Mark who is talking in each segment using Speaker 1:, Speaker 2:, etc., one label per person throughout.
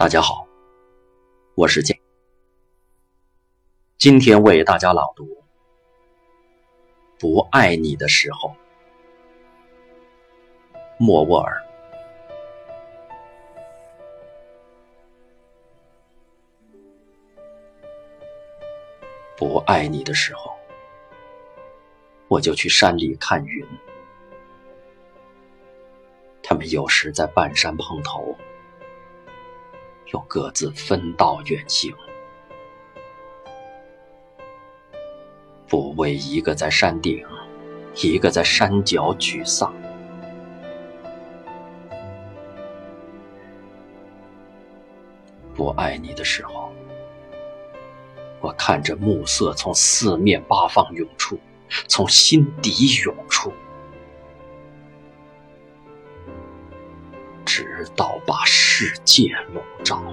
Speaker 1: 大家好，我是建，今天为大家朗读《不爱你的时候》，莫卧儿。不爱你的时候，我就去山里看云，他们有时在半山碰头，又各自分道远行。不为一个在山顶，一个在山脚沮丧。不爱你的时候，我看着暮色从四面八方涌出，从心底涌出，直到把世界笼罩。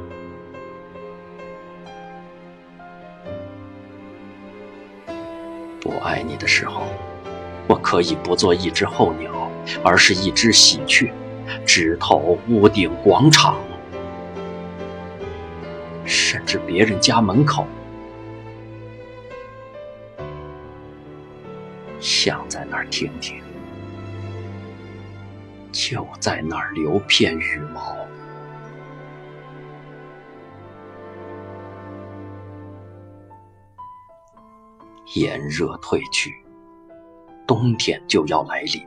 Speaker 1: 不爱你的时候，我可以不做一只候鸟，而是一只喜鹊，枝头屋顶广场，甚至别人家门口，想在那儿听听，就在那儿留片羽毛。炎热退去，冬天就要来临。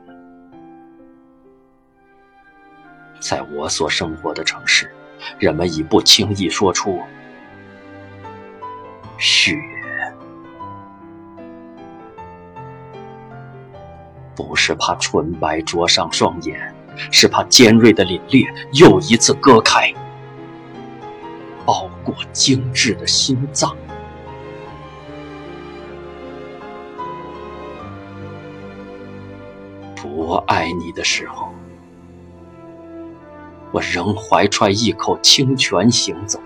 Speaker 1: 在我所生活的城市，人们已不轻易说出雪。不是怕纯白灼伤双眼，是怕尖锐的凛冽又一次割开，包裹精致的心脏。不爱你的时候，我仍怀揣一口清泉行走，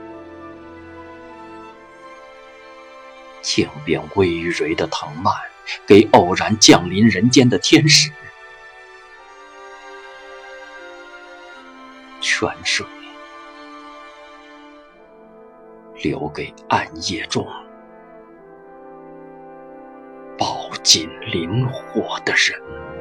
Speaker 1: 静遍葳蕤的藤蔓，给偶然降临人间的天使。泉水留给暗夜中抱紧灵火的人。